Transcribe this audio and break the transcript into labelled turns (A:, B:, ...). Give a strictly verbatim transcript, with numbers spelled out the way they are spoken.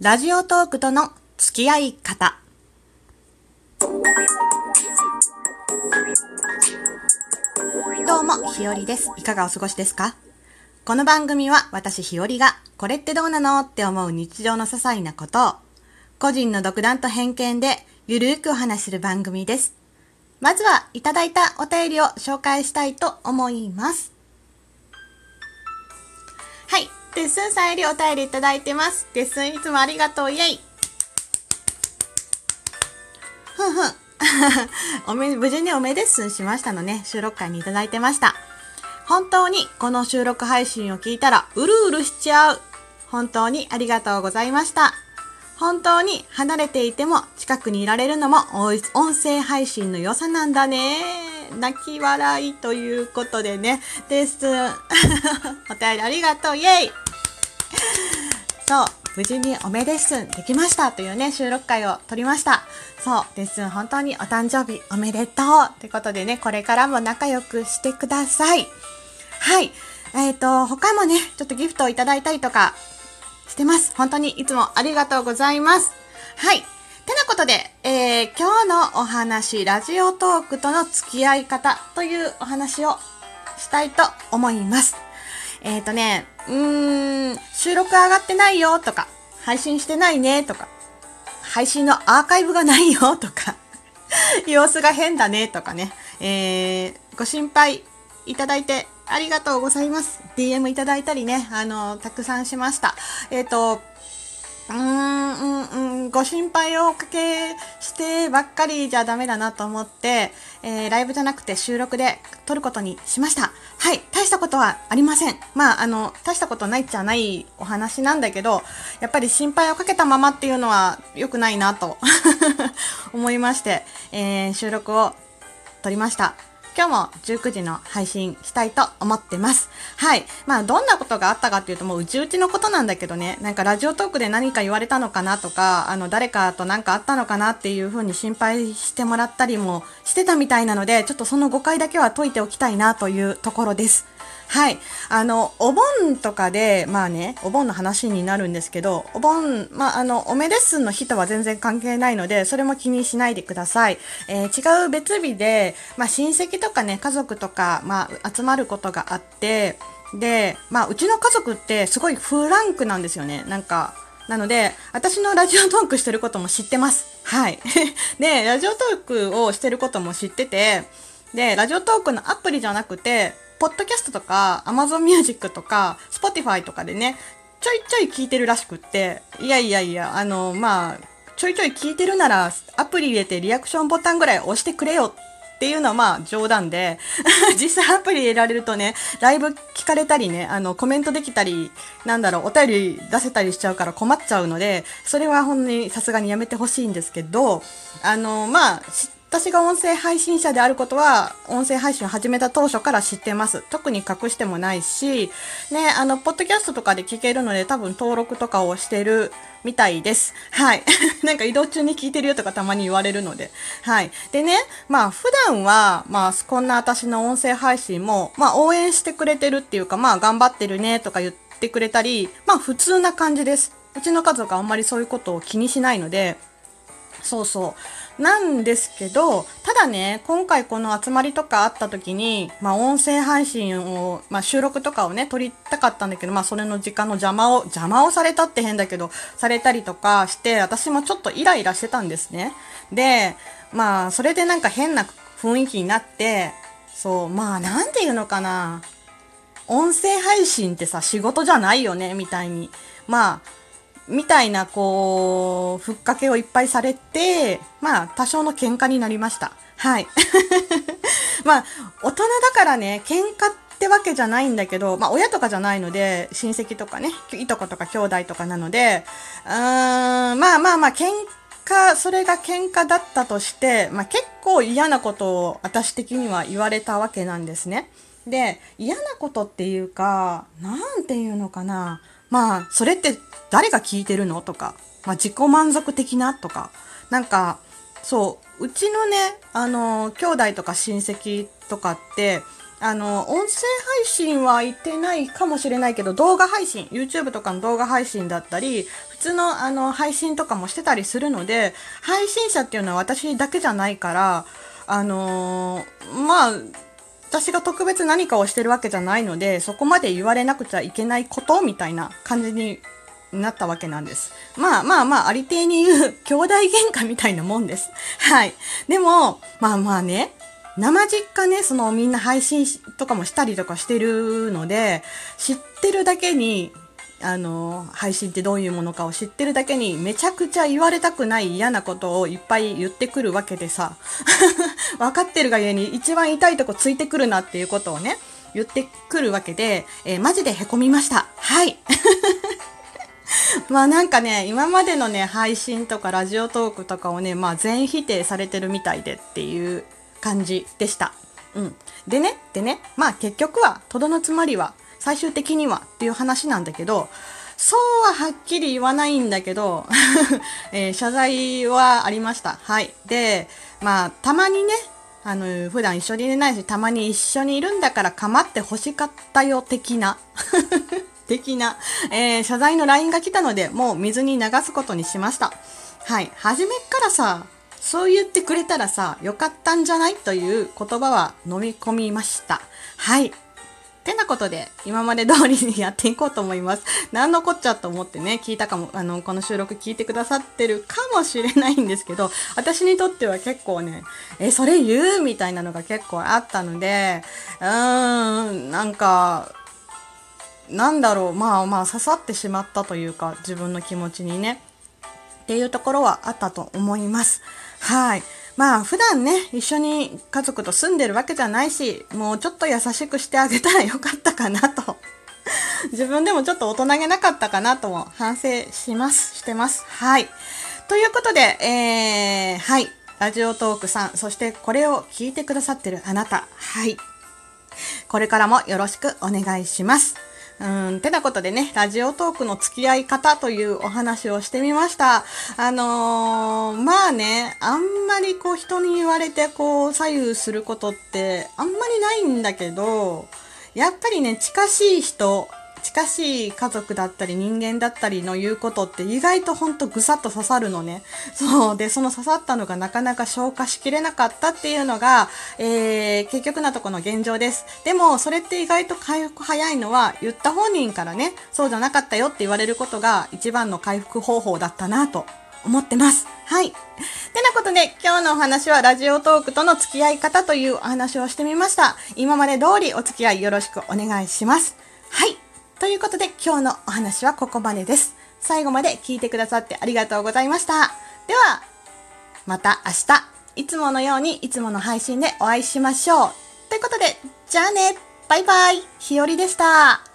A: ラジオトークとの付き合い方。どうも、ひよりです。いかがお過ごしですか？この番組は私ひよりがこれってどうなのって思う日常の些細なことを個人の独断と偏見でゆるくお話しする番組です。まずはいただいたお便りを紹介したいと思います。はい、てっすんさんよりお便りいただいてます。てっすんいつもありがとう、イェイ。ふんふんおめ無事におめでっすんしましたのね、収録会にいただいてました。本当にこの収録配信を聞いたらうるうるしちゃう。本当にありがとうございました。本当に離れていても近くにいられるのも音声配信の良さなんだね。泣き笑いということでね、です。お便りありがとう、イェイ。そう、無事におめでっすんできましたというね、収録会を撮りました。そう、ですん本当にお誕生日おめでとうってことでね、これからも仲良くしてください。はい、えっと、他もね、ちょっとギフトをいただいたりとかしてます。本当にいつもありがとうございます。はい。てなことで、えー、今日のお話、ラジオトークとの付き合い方というお話をしたいと思います。えっとね、うーん、収録上がってないよとか、配信してないねとか、配信のアーカイブがないよとか、様子が変だねとかね、えー、ご心配いただいてありがとうございます。ディーエム いただいたりね、あの、たくさんしました。えっと、うーん、うん、うん、ご心配をおかけしてばっかりじゃダメだなと思って、えー、ライブじゃなくて収録で撮ることにしました。はい、大したことはありません。まあ、あの、大したことないっちゃないお話なんだけど、やっぱり心配をかけたままっていうのは良くないなと思いまして、えー、収録を撮りました。今日もじゅうくじの配信したいと思ってます。はい。まあ、どんなことがあったかっていうと、もううちうちのことなんだけどね、なんかラジオトークで何か言われたのかなとか、あの、誰かと何かあったのかなっていうふうに心配してもらったりもしてたみたいなので、ちょっとその誤解だけは解いておきたいなというところです。はい。あの、お盆とかで、まあね、お盆の話になるんですけど、お盆、まあ、あの、おめでっすんの日とは全然関係ないので、それも気にしないでください。えー、違う別日で、まあ、親戚とかね、家族とか、まあ、集まることがあって、で、まあ、うちの家族ってすごいフランクなんですよね。なんか、なので、私のラジオトークしてることも知ってます。はい。で、ラジオトークをしてることも知ってて、で、ラジオトークのアプリじゃなくて、ポッドキャストとか、Amazon Music とか、Spotify とかでね、ちょいちょい聞いてるらしくって、いやいやいや、あの、まあ、ちょいちょい聞いてるなら、アプリ入れてリアクションボタンぐらい押してくれよっていうのはまあ冗談で、実際アプリ入れられるとね、ライブ聞かれたりね、あの、コメントできたり、なんだろう、お便り出せたりしちゃうから困っちゃうので、それは本当にさすがにやめてほしいんですけど、あの、まあ、私が音声配信者であることは、音声配信を始めた当初から知ってます。特に隠してもないし、ね、あの、ポッドキャストとかで聞けるので、多分登録とかをしてるみたいです。はい。なんか移動中に聞いてるよとかたまに言われるので。はい。でね、まあ、普段は、まあ、こんな私の音声配信も、まあ、応援してくれてるっていうか、まあ、頑張ってるねとか言ってくれたり、まあ、普通な感じです。うちの家族はあんまりそういうことを気にしないので、そうそう。なんですけど、ただね、今回この集まりとかあった時に、まあ音声配信を、まあ収録とかをね、撮りたかったんだけど、まあそれの時間の邪魔を、邪魔をされたって変だけど、されたりとかして、私もちょっとイライラしてたんですね。で、まあそれでなんか変な雰囲気になって、そう、まあなんていうのかな。音声配信ってさ、仕事じゃないよね、みたいに。まあ、みたいな、こう、ふっかけをいっぱいされて、まあ、多少の喧嘩になりました。はい。まあ、大人だからね、喧嘩ってわけじゃないんだけど、まあ、親とかじゃないので、親戚とかね、いとことか兄弟とかなので、うーん、まあまあまあ、喧嘩、それが喧嘩だったとして、まあ結構嫌なことを私的には言われたわけなんですね。で、嫌なことっていうか、なんていうのかな。まあ、それって誰が聞いてるのとか、まあ自己満足的なとか、なんか、そう、うちのね、あの、兄弟とか親戚とかって、 あの、音声配信は言ってないかもしれないけど、動画配信、YouTube とかの動画配信だったり、普通のあの、配信とかもしてたりするので、配信者っていうのは私だけじゃないから、あのーまあ、私が特別何かをしてるわけじゃないので、そこまで言われなくちゃいけないことみたいな感じになったわけなんです。まあまあまあ、ありていに言う、兄弟喧嘩みたいなもんです。はい。でも、まあまあね、生実家ね、そのみんな配信とかもしたりとかしてるので、知ってるだけに、あの、配信ってどういうものかを知ってるだけに、めちゃくちゃ言われたくない嫌なことをいっぱい言ってくるわけでさ、分かってるがゆえに一番痛いとこついてくるなっていうことをね、言ってくるわけで、えー、マジで凹みました。はい。まあなんかね、今までのね、配信とかラジオトークとかをね、まあ全否定されてるみたいでっていう感じでした。うん。でね、でね、まあ結局は、とどのつまりは、最終的にはっていう話なんだけど、そうははっきり言わないんだけど、えー、謝罪はありました。はい。で、まあ、たまにね、あの、普段一緒にいれないし、たまに一緒にいるんだから構って欲しかったよ、的な。的な、えー、謝罪の ライン が来たので、もう水に流すことにしました。はい。初めっからさ、そう言ってくれたらさ、よかったんじゃないという言葉は飲み込みました。はい。てなことで、今まで通りにやっていこうと思います。なんのこっちゃと思ってね、聞いたかも、あの、この収録聞いてくださってるかもしれないんですけど、私にとっては結構ね、え、それ言うみたいなのが結構あったので、うーん、なんか、なんだろう、まあまあ刺さってしまったというか、自分の気持ちにね、っていうところはあったと思います。はい。まあ普段ね、一緒に家族と住んでるわけじゃないし、もうちょっと優しくしてあげたらよかったかなと。自分でもちょっと大人げなかったかなとも反省します、してます。はい。ということで、えー、はい。ラジオトークさん、そしてこれを聞いてくださってるあなた、はい。これからもよろしくお願いします。うん、てなことでね、ラジオトークの付き合い方というお話をしてみました。あのー、まあね、あんまりこう人に言われてこう左右することってあんまりないんだけど、やっぱりね、近しい人、近しい家族だったり人間だったりの言うことって意外とほんとぐさっと刺さるのね。そう。で、その刺さったのがなかなか消化しきれなかったっていうのが、えー、結局なとこの現状です。でも、それって意外と回復早いのは言った本人からね、そうじゃなかったよって言われることが一番の回復方法だったなと思ってます。はい。てなことで、今日のお話はラジオトークとの付き合い方というお話をしてみました。今まで通りお付き合いよろしくお願いします。はい。ということで今日のお話はここまでです。最後まで聞いてくださってありがとうございました。では、また明日、いつものようにいつもの配信でお会いしましょう。ということで、じゃあね、バイバイ、ひよりでした。